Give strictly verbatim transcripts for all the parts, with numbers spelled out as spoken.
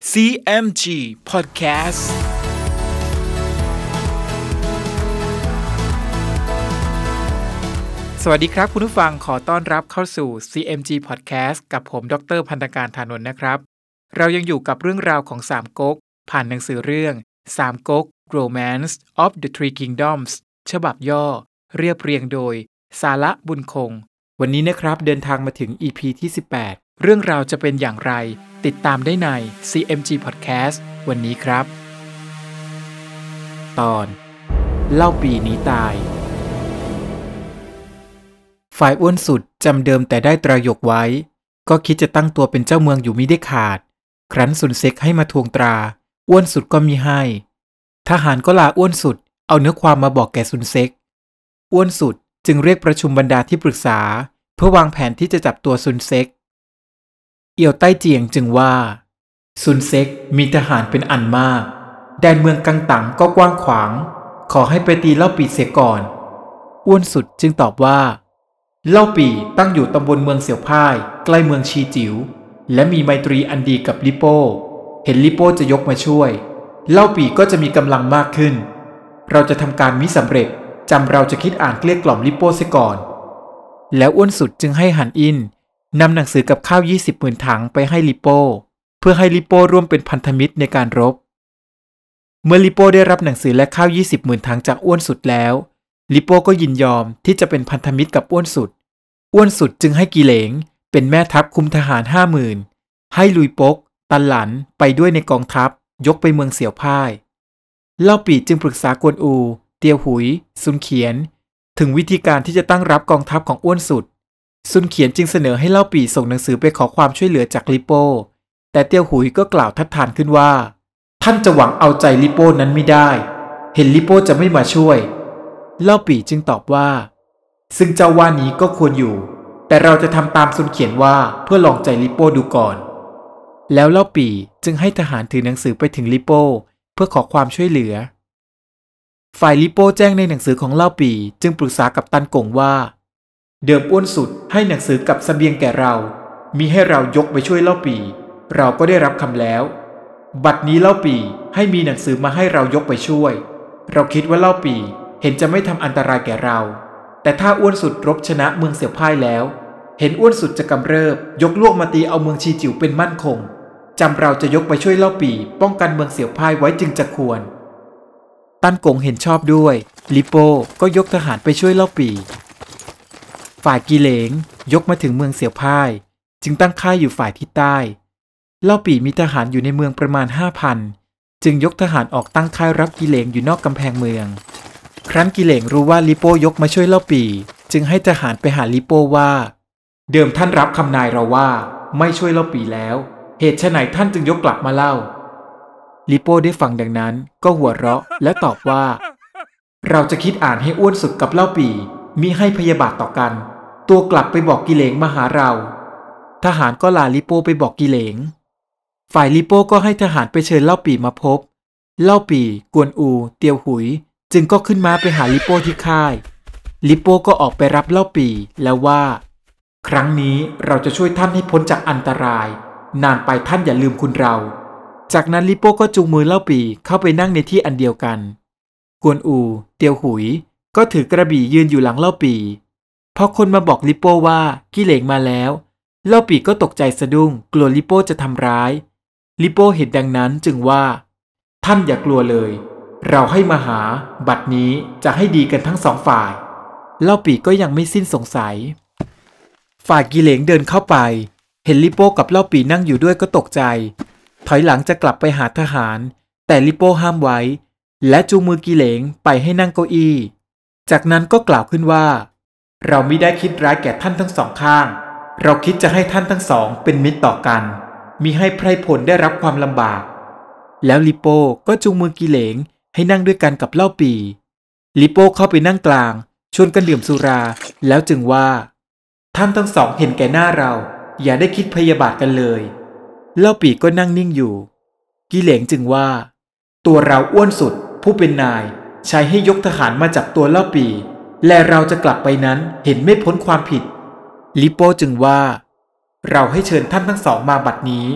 ซี เอ็ม จี Podcastสวัสดีครับคุณผู้ฟังขอต้อนรับเข้าสู่ ซี เอ็ม จี Podcast กับผมดร.พันธการธานนท์นะครับเรายังอยู่กับเรื่องราวของสามก๊กผ่านหนังสือเรื่องสามก๊ก Romance of the Three Kingdoms ฉบับย่อเรียบเรียงโดยสาระบุญคงวันนี้นะครับเดินทางมาถึง อี พี ที่สิบแปดเรื่องราวจะเป็นอย่างไรติดตามได้ใน ซี เอ็ม จี Podcast วันนี้ครับตอนเล่าปีหนีตายฝ่ายอ้วนสุดจำเดิมแต่ได้ตรายกไว้ก็คิดจะตั้งตัวเป็นเจ้าเมืองอยู่มิได้ขาดครั้นสุนเซ็กให้มาทวงตราอ้วนสุดก็มิให้ทหารก็ลาอ้วนสุดเอาเนื้อความมาบอกแก่สุนเซ็กอ้วนสุดจึงเรียกประชุมบรรดาที่ปรึกษาเพื่อวางแผนที่จะจับตัวสุนเซ็กเอี่ยวใต้เจียงจึงว่าสุนเซ็กมีทหารเป็นอันมากแดนเมืองกังตังก็กว้างขวางขอให้ไปตีเล่าปีเสียก่อนอ้วนสุดจึงตอบว่าเล่าปีตั้งอยู่ตำบลเมืองเสี่ยวพ่ายใกล้เมืองชีจิ๋วและมีไมตรีอันดีกับลิโป้เห็นลิโป้จะยกมาช่วยเล่าปีก็จะมีกำลังมากขึ้นเราจะทำการมิสำเร็จจำเราจะคิดอ่านเกลี้ยกล่อมลิโป้เสียก่อนแล้วอ้วนสุดจึงให้หันอินนำหนังสือกับข้าวยี่สิบหมื่นถังไปให้ลิโป้เพื่อให้ลิโป้ร่วมเป็นพันธมิตรในการรบเมื่อลิโป้ได้รับหนังสือและข้าวยี่สิบหมื่นถังจากอ้วนสุดแล้วลิโป้ก็ยินยอมที่จะเป็นพันธมิตรกับอ้วนสุดอ้วนสุดจึงให้กีเหลงเป็นแม่ทัพคุมทหารห้าหมื่นให้ลุยปกตันหลันไปด้วยในกองทัพยกไปเมืองเสี่ยวพ่ายเล่าปีจึงปรึกษากวนอูเตียวหุยซุนเขียนถึงวิธีการที่จะตั้งรับกองทัพของอ้วนสุดซุนเขียนจึงเสนอให้เล่าปีส่งหนังสือไปขอความช่วยเหลือจากลิโป้แต่เตียวหุยก็กล่าวทัดทานขึ้นว่าท่านจะหวังเอาใจลิโป้นั้นไม่ได้เห็นลิโป้จะไม่มาช่วยเล่าปีจึงตอบว่าซึ่งเจ้าว่านี้ก็ควรอยู่แต่เราจะทำตามซุนเขียนว่าเพื่อลองใจลิโป้ดูก่อนแล้วเล่าปีจึงให้ทหารถือหนังสือไปถึงลิโป้เพื่อขอความช่วยเหลือฝ่ายลิโป้แจ้งในหนังสือของเล่าปีจึงปรึกษากับตันกงว่าเดิมอ้วนสุดให้หนังสือกับเสบียงแก่เรามีให้เรายกไปช่วยเล่าปีเราก็ได้รับคำแล้วบัดนี้เล่าปีให้มีหนังสือมาให้เรายกไปช่วยเราคิดว่าเล่าปีเห็นจะไม่ทำอันตรายแก่เราแต่ถ้าอ้วนสุดรบชนะเมืองเสี่ยวพ่ายแล้วเห็นอ้วนสุดจะกำเริบยกลวกมาตีเอาเมืองชีจิ๋วเป็นมั่นคงจำเราจะยกไปช่วยเล่าปีป้องกันเมืองเสี่ยวพ่ายไว้จึงจะควรตันกงเห็นชอบด้วยลิโป้ก็ยกทหารไปช่วยเล่าปีฝ่ายกีเหลงยกมาถึงเมืองเสี่ยวพ่ายจึงตั้งค่ายอยู่ฝ่ายทิศใต้เล่าปีมีทหารอยู่ในเมืองประมาณ ห้าพัน จึงยกทหารออกตั้งค่ายรับกีเหลงอยู่นอกกำแพงเมืองครั้นกีเหลงรู้ว่าลิโป้ยกมาช่วยเล่าปีจึงให้ทหารไปหาลิโป้ว่าเดิมท่านรับคำนายเราว่าไม่ช่วยเล่าปีแล้วเหตุไฉนท่านจึงยกกลับมาเล่าลิโป้ได้ฟังดังนั้นก็หัวเราะและตอบว่าเราจะคิดอ่านให้อ้วนสุดกับเล่าปีมิให้พยาบาทต่อกันตัวกลับไปบอกกีเหลงมาหาเราทหารก็ลาลิโป้ไปบอกกีเหลงฝ่ายลิโป้ก็ให้ทหารไปเชิญเล่าปีมาพบเล่าปีกวนอูเตียวหุยจึงก็ขึ้นม้าไปหาลิโป้ที่ค่ายลิโป้ก็ออกไปรับเล่าปีแล้วว่าครั้งนี้เราจะช่วยท่านให้พ้นจากอันตรายนานไปท่านอย่าลืมคุณเราจากนั้นลิโป้ก็จูงมือเล่าปีเข้าไปนั่งในที่อันเดียวกันกวนอูเตียวหุยก็ถือกระบี่ยืนอยู่หลังเล่าปีพอคนมาบอกลิโป้ว่ากีเหลงมาแล้วเล่าปีก็ตกใจสะดุ้งกลัวลิโป้จะทำร้ายลิโป้เห็นดังนั้นจึงว่าท่านอย่ากลัวเลยเราให้มาหาบัดนี้จะให้ดีกันทั้งสองฝ่ายเล่าปีก็ยังไม่สิ้นสงสัยฝ่ายกีเหลงเดินเข้าไปเห็นลิโป้กับเล่าปีนั่งอยู่ด้วยก็ตกใจถอยหลังจะกลับไปหาทหารแต่ลิโป้ห้ามไว้และจูงมือกีเหลงไปให้นั่งเก้าอี้จากนั้นก็กล่าวขึ้นว่าเรามิได้คิดร้ายแก่ท่านทั้งสองข้างเราคิดจะให้ท่านทั้งสองเป็นมิตรต่อกันมิให้ไพร่พลได้รับความลำบากแล้วลิโป้ก็จูงมือกีเหลงให้นั่งด้วยกันกับเล่าปีลิโป้เข้าไปนั่งกลางชวนกันดื่มสุราแล้วจึงว่าท่านทั้งสองเห็นแก่หน้าเราอย่าได้คิดพยาบาทกันเลยเล่าปีก็นั่งนิ่งอยู่กีเหลงจึงว่าตัวเราอ้วนสุดผู้เป็นนายใช้ให้ยกทหารมาจับตัวเล่าปีและเราจะกลับไปนั้นเห็นไม่พ้นความผิดลิโป้จึงว่าเราให้เชิญท่านทั้งสองมาบัดนี้จ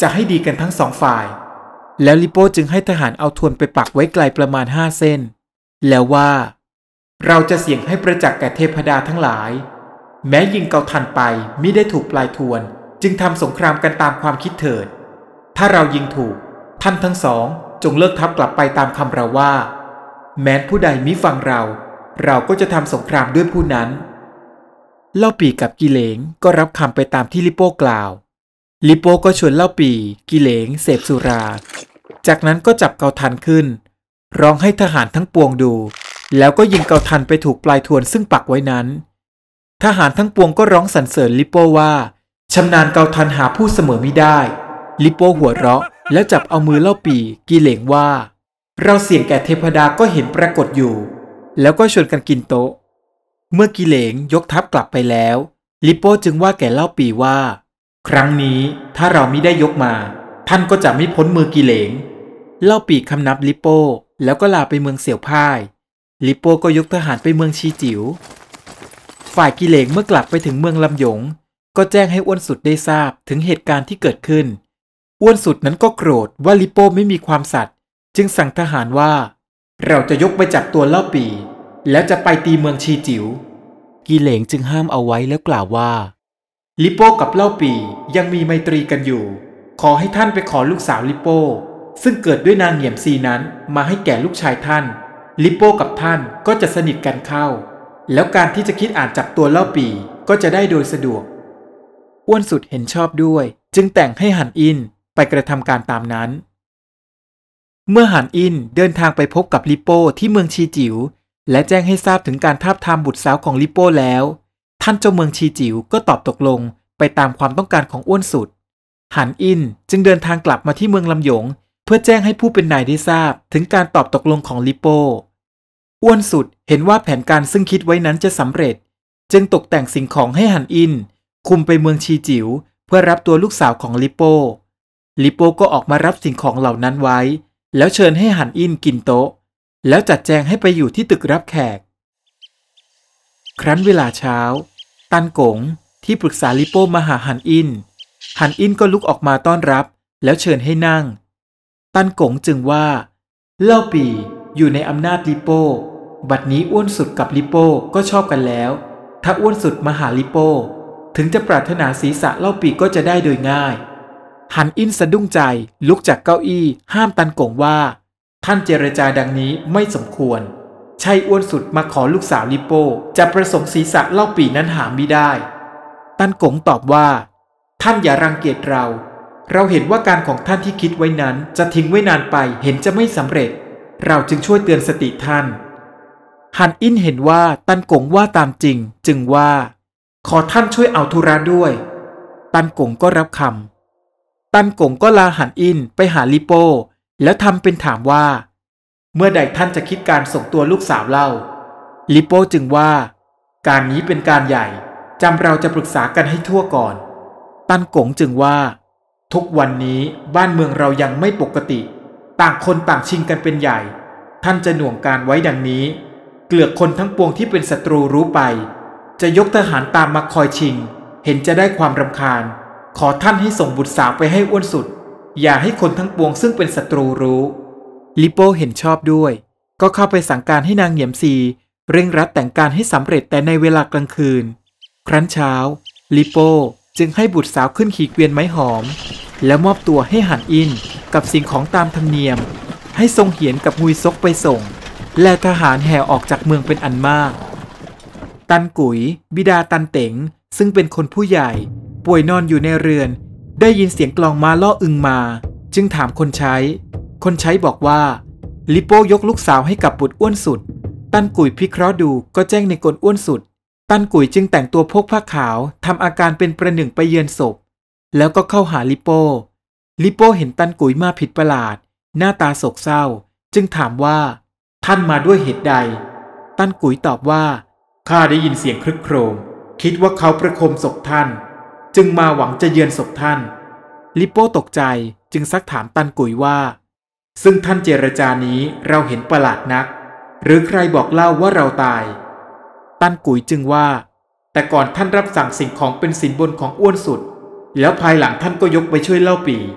จะให้ดีกันทั้งสองฝ่ายแล้วลิโป้จึงให้ทหารเอาทวนไปปักไว้ไกลประมาณห้าเส้นแล้วว่าเราจะเสี่ยงให้ประจักษ์แก่เทพดาทั้งหลายแม้ยิงเกาทันไปมิได้ถูกปลายทวนจึงทำสงครามกันตามความคิดเถิดถ้าเรายิงถูกท่านทั้งสองจงเลิกทัพกลับไปตามคำเราว่าแม้ผู้ใดมิฟังเราเราก็จะทำสงครามด้วยผู้นั้นเล่าปี่กับกิเหลงก็รับคำไปตามที่ลิโป้กล่าวลิโป้ก็ชวนเล่าปี่กิเหลงเสพสุราจากนั้นก็จับเกาทันขึ้นร้องให้ทหารทั้งปวงดูแล้วก็ยิงเกาทันไปถูกปลายทวนซึ่งปักไว้นั้นทหารทั้งปวงก็ร้องสรรเสริญลิโป้ว่าชำนาญเกาทันหาผู้เสมอมิได้ลิโป้หัวเราะแล้วจับเอามือเล่าปี่กิเหลงว่าเราเสี่ยงแก่เทพดาก็เห็นปรากฏอยู่แล้วก็ชวนกันกินโต๊ะเมื่อกิเหลงยกทัพกลับไปแล้วลิโป้จึงว่าแก่เล่าปี่ว่าครั้งนี้ถ้าเรามิได้ยกมาท่านก็จะไม่พ้นมือกิเหลงเล่าปี่คำนับลิโป้แล้วก็ลาไปเมืองเสี่ยวพ่ายลิโป้ก็ยกทหารไปเมืองชีจิ๋วฝ่ายกิเหลงเมื่อกลับไปถึงเมืองลำหยงก็แจ้งให้อ้วนสุดได้ทราบถึงเหตุการณ์ที่เกิดขึ้นอ้วนสุดนั้นก็โกรธว่าลิโป้ไม่มีความสัตย์จึงสั่งทหารว่าเราจะยกไปจับตัวเล่าปี่แล้วจะไปตีเมืองชีจิ๋วกิเหลงจึงห้ามเอาไว้แล้วกล่าวว่าลิโป้กับเล่าปี่ยังมีไมตรีกันอยู่ขอให้ท่านไปขอลูกสาวลิโป้ซึ่งเกิดด้วยนางเหงี่ยมซีนั้นมาให้แก่ลูกชายท่านลิโป้กับท่านก็จะสนิทกันเข้าแล้วการที่จะคิดอ่านจับตัวเล่าปี่ก็จะได้โดยสะดวกอ้วนสุดเห็นชอบด้วยจึงแต่งให้หันอินไปกระทำการตามนั้นเมื่อหันอินเดินทางไปพบกับลิโป้ที่เมืองชีจิ๋วและแจ้งให้ทราบถึงการทาบทามบุตรสาวของลิโป้แล้วท่านเจ้าเมืองชีจิ๋วก็ตอบตกลงไปตามความต้องการของอ้วนสุดหันอินจึงเดินทางกลับมาที่เมืองลำหยงเพื่อแจ้งให้ผู้เป็นนายได้ทราบถึงการตอบตกลงของลิโป้อ้วนสุดเห็นว่าแผนการซึ่งคิดไว้นั้นจะสำเร็จจึงตกแต่งสิ่งของให้หันอินคุมไปเมืองชีจิ๋วเพื่อรับตัวลูกสาวของลิโป้ลิโป้ก็ออกมารับสิ่งของเหล่านั้นไว้แล้วเชิญให้หันอินกินโต๊ะแล้วจัดแจงให้ไปอยู่ที่ตึกรับแขกครั้นเวลาเช้าตันกงที่ปรึกษาลิโป้มาหาหันอินหันอินก็ลุกออกมาต้อนรับแล้วเชิญให้นั่งตันกงจึงว่าเล่าปี่อยู่ในอำนาจลิโป้บัดนี้อ้วนสุดกับลิโป้ก็ชอบกันแล้วถ้าอ้วนสุดมาหาลิโป้ถึงจะปรารถนาศีรษะเล่าปี่ก็จะได้โดยง่ายหันอินสะดุ้งใจลุกจากเก้าอี้ห้ามตันกงว่าท่านเจรจาดังนี้ไม่สมควรใช่อ้วนสุดมาขอลูกสาวลิโป้จะประสงค์ศีรษะเล่าปี่นั้นหามิได้ตันกงตอบว่าท่านอย่ารังเกียจเราเราเห็นว่าการของท่านที่คิดไว้นั้นจะทิ้งไว้นานไปเห็นจะไม่สำเร็จเราจึงช่วยเตือนสติท่านหันอินเห็นว่าตันกงว่าตามจริงจึงว่าขอท่านช่วยเอาธุระด้วยตันกงก็รับคำตันกงก็ลาหันอินไปหาลิโป้แล้วทำเป็นถามว่าเมื่อใดท่านจะคิดการส่งตัวลูกสาวเล่าลิโป้จึงว่าการนี้เป็นการใหญ่จำเราจะปรึกษากันให้ทั่วก่อนตันกงจึงว่าทุกวันนี้บ้านเมืองเรายังไม่ปกติต่างคนต่างชิงกันเป็นใหญ่ท่านจะหน่วงการไว้ดังนี้เกลือกคนทั้งปวงที่เป็นศัตรูรู้ไปจะยกทหารตามมาคอยชิงเห็นจะได้ความรำคาญขอท่านให้ส่งบุตรสาวไปให้อ้วนสุดอย่าให้คนทั้งปวงซึ่งเป็นศัตรูรู้ลิโป้เห็นชอบด้วยก็เข้าไปสั่งการให้นางเหงียมซีเร่งรัดแต่งการให้สำเร็จแต่ในเวลากลางคืนครั้นเช้าลิโป้จึงให้บุตรสาวขึ้นขี่เกวียนไม้หอมแล้วมอบตัวให้หันอินกับสิ่งของตามธรรมเนียมให้ทรงเหียนกับฮุยซกไปส่งและทหารแห่ออกจากเมืองเป็นอันมากตันกุ๋ยบิดาตันเต๋งซึ่งเป็นคนผู้ใหญ่ป่วยนอนอยู่ในเรือนได้ยินเสียงกลองม้าล่ออึงมาจึงถามคนใช้คนใช้บอกว่าลิโป้ยกลูกสาวให้กับบุตรอ้วนสุดตันกุ๋ยพิเคราะห์ดูก็แจ้งในกลอ้วนสุดตันกุ๋ยจึงแต่งตัวพกผ้าขาวทำอาการเป็นประหนึ่งไปเยือนศพแล้วก็เข้าหาลิโป้ลิโป้เห็นตันกุ๋ยมาผิดประหลาดหน้าตาโศกเศร้าจึงถามว่าท่านมาด้วยเหตุใดตันกุ๋ยตอบว่าข้าได้ยินเสียงครึกโครมคิดว่าเขาประโคมศพท่านจึงมาหวังจะเยือนศพท่านลิโป้ตกใจจึงซักถามตันกุ๋ยว่าซึ่งท่านเจรจานี้เราเห็นประหลาดนักหรือใครบอกเล่าว่าเราตายตันกุ๋ยจึงว่าแต่ก่อนท่านรับสั่งสิ่งของเป็นสินบนของอ้วนสุดแล้วภายหลังท่านก็ยกไปช่วยเล่าปี่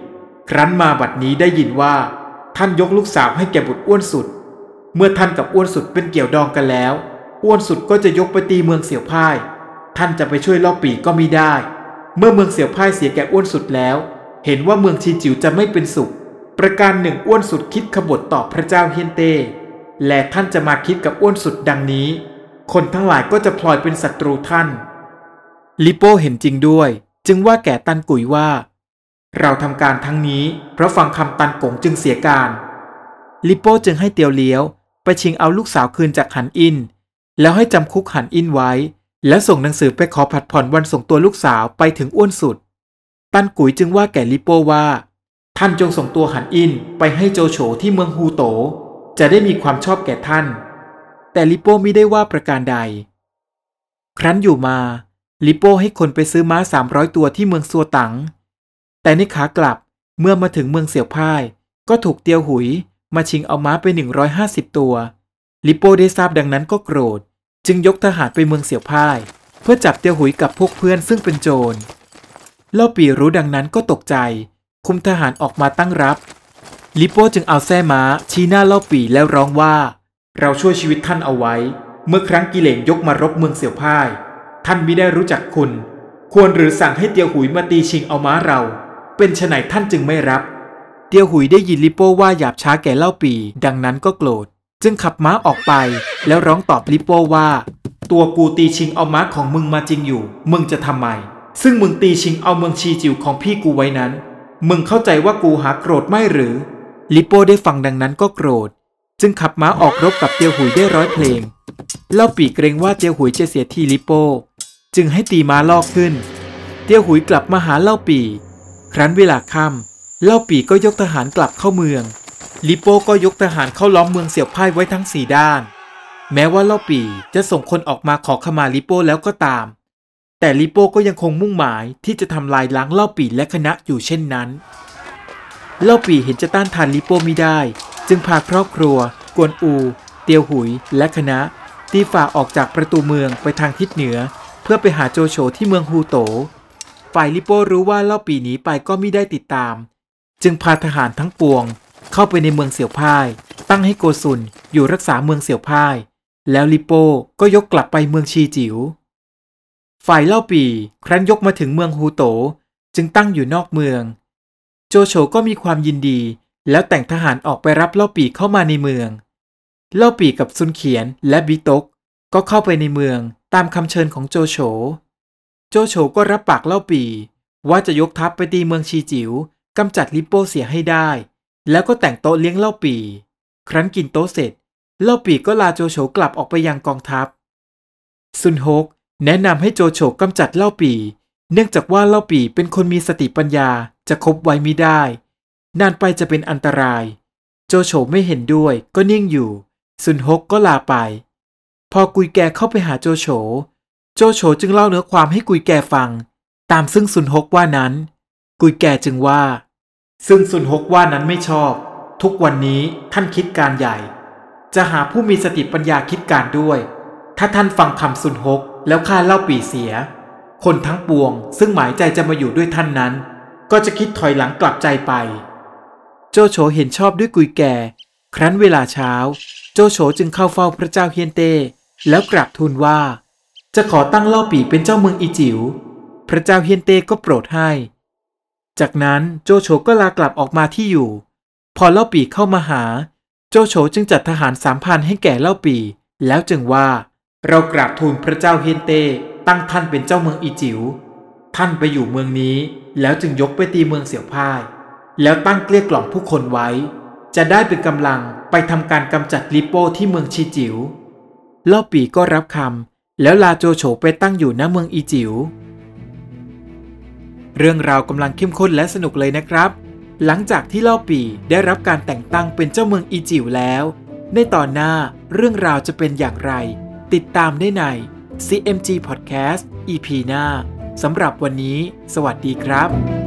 ครั้นมาบัดนี้ได้ยินว่าท่านยกลูกสาวให้แก่บุตรอ้วนสุดเมื่อท่านกับอ้วนสุดเป็นเกี่ยวดองกันแล้วอ้วนสุดก็จะยกไปตีเมืองเสี่ยวพ่ายท่านจะไปช่วยล่อปี่ก็มิได้เมื่อเมืองเสี่ยวพ่ายเสียแก่อ้วนสุดแล้วเห็นว่าเมืองชีจิ๋วจะไม่เป็นสุขประการหนึ่งอ้วนสุดคิดขบฏต่อพระเจ้าเฮียนเต้และท่านจะมาคิดกับอ้วนสุดดังนี้คนทั้งหลายก็จะพลอยเป็นศัตรูท่านลิโป้เห็นจริงด้วยจึงว่าแก่ตันกุ๋ยว่าเราทำการทั้งนี้เพราะฟังคำตันกงจึงเสียการลิโป้จึงให้เตียวเลี้ยวไปชิงเอาลูกสาวคืนจากหันอินแล้วให้จำคุกหันอินไว้แล้วส่งหนังสือไปขอผัดผ่อนวันส่งตัวลูกสาวไปถึงอ้วนสุดตันกุ๋ยจึงว่าแก่ลิโป้ว่าท่านจงส่งตัวหันอินไปให้โจโฉที่เมืองฮูโตจะได้มีความชอบแก่ท่านแต่ลิโป้มิได้ว่าประการใดครั้นอยู่มาลิโป้ให้คนไปซื้อม้าสามร้อยตัวที่เมืองซัวตังแต่ในขากลับเมื่อมาถึงเมืองเสี่ยวพ่ายก็ถูกเตียวหุยมาชิงเอาม้าไปหนึ่งร้อยห้าสิบตัวลิโป้ได้ทราบดังนั้นก็โกรธจึงยกทหารไปเมืองเสี่ยวพ่ายเพื่อจับเตียวหุยกับพวกเพื่อนซึ่งเป็นโจรเล่าปี่รู้ดังนั้นก็ตกใจคุมทหารออกมาตั้งรับลิโป้จึงเอาแส้ม้าชี้หน้าเล่าปี่แล้วร้องว่าเราช่วยชีวิตท่านเอาไว้เมื่อครั้งกิเลนยกมารบเมืองเสี่ยวพ่ายท่านมิได้รู้จักคุณควรหรือสั่งให้เตียวหุยมาตีชิงเอาม้าเราเป็นไฉนท่านจึงไม่รับเตียวหุยได้ยินลิโป้ว่าหยาบช้าแก่เล่าปี่ดังนั้นก็โกรธจึงขับม้าออกไปแล้วร้องตอบลิโป้ว่าตัวกูตีชิงเอาม้าของมึงมาจริงอยู่มึงจะทำไมซึ่งมึงตีชิงเอาเมืองชีจิ๋วของพี่กูไว้นั้นมึงเข้าใจว่ากูหาโกรธไม่หรือลิโป้ได้ฟังดังนั้นก็โกรธจึงขับม้าออกรบกับเตียวหุยได้ร้อยเพลงเล่าปี่เกรงว่าเตียวหุยจะเสียทีลิโป้จึงให้ตีม้าล่อขึ้นเตียวหุยกลับมาหาเล่าปี่ครั้นเวลาค่ำเล่าปี่ก็ยกทหารกลับเข้าเมืองลิโป้ก็ยกทหารเข้าล้อมเมืองเสี่ยวพ่ายไว้ทั้งสี่ด้านแม้ว่าเล่าปี่จะส่งคนออกมาขอขมาลิโป้แล้วก็ตามแต่ลิโป้ก็ยังคงมุ่งหมายที่จะทำลายล้างเล่าปี่และคณะอยู่เช่นนั้นเล่าปี่เห็นจะต้านทานลิโป้ไม่ได้จึงพาครอบครัวกวนอูเตียวหุยและคณะตีฝ่าออกจากประตูเมืองไปทางทิศเหนือเพื่อไปหาโจโฉที่เมืองฮูโตฝ่ายลิโป้รู้ว่าเล่าปี่หนีไปก็มิได้ติดตามจึงพาทหารทั้งปวงเข้าไปในเมืองเสี่ยวพ่ายตั้งให้โกซุนอยู่รักษาเมืองเสี่ยวพ่ายแล้วลิโป้ก็ยกกลับไปเมืองชีจิ๋วฝ่ายเล่าปี่ครั้นยกมาถึงเมืองฮูโตจึงตั้งอยู่นอกเมืองโจโฉก็มีความยินดีแล้วแต่งทหารออกไปรับเล่าปี่เข้ามาในเมืองเล่าปี่กับซุนเขียนและบิตกก็เข้าไปในเมืองตามคำเชิญของโจโฉโจโฉก็รับปากเล่าปี่ว่าจะยกทัพไปตีเมืองชีจิ๋วกำจัดลิโป้เสียให้ได้แล้วก็แต่งโต๊ะเลี้ยงเล่าปี่ครั้นกินโต๊ะเสร็จเล่าปี่ก็ลาโจโฉกลับออกไปยังกองทัพซุนฮกแนะนำให้โจโฉกำจัดเล่าปี่เนื่องจากว่าเล่าปี่เป็นคนมีสติปัญญาจะคบไว้มิได้นานไปจะเป็นอันตรายโจโฉไม่เห็นด้วยก็นิ่งอยู่ซุนฮกก็ลาไปพอกุยแกเข้าไปหาโจโฉโจโฉจึงเล่าเนื้อความให้กุยแกฟังตามซึ่งซุนฮกว่านั้นกุยแกจึงว่าซึ่งซุนฮกว่านั้นไม่ชอบทุกวันนี้ท่านคิดการใหญ่จะหาผู้มีสติปัญญาคิดการด้วยถ้าท่านฟังคำซุนฮกแล้วฆ่าเล่าปี่เสียคนทั้งปวงซึ่งหมายใจจะมาอยู่ด้วยท่านนั้นก็จะคิดถอยหลังกลับใจไปโจโฉเห็นชอบด้วยกุยแกครั้นเวลาเช้าโจโฉจึงเข้าเฝ้าพระเจ้าเฮียนเต้แล้วกราบทูลว่าจะขอตั้งเล่าปี่เป็นเจ้าเมืองอีจิ๋วพระเจ้าเฮียนเต้ก็โปรดให้จากนั้นโจโฉก็ลากลับออกมาที่อยู่พอเล่าปี่เข้ามาหาโจโฉจึงจัดทหารสามพันให้แก่เล่าปี่แล้วจึงว่าเรากราบทูลพระเจ้าเฮียนเต้ตั้งท่านเป็นเจ้าเมืองอีจิ๋วท่านไปอยู่เมืองนี้แล้วจึงยกไปตีเมืองเสี่ยวพ่ายแล้วตั้งเกลี้ยกล่อมผู้คนไว้จะได้เป็นกำลังไปทำการกำจัดลิโป้ที่เมืองชีจิ๋วเล่าปี่ก็รับคำแล้วลาโจโฉไปตั้งอยู่ณเมืองอีจิ๋วเรื่องราวกำลังเข้มข้นและสนุกเลยนะครับหลังจากที่เล่าปี่ได้รับการแต่งตั้งเป็นเจ้าเมืองอีจิ๋วแล้วในตอนหน้าเรื่องราวจะเป็นอย่างไรติดตามได้ใน ซี เอ็ม จี Podcast อี พี หน้าสำหรับวันนี้สวัสดีครับ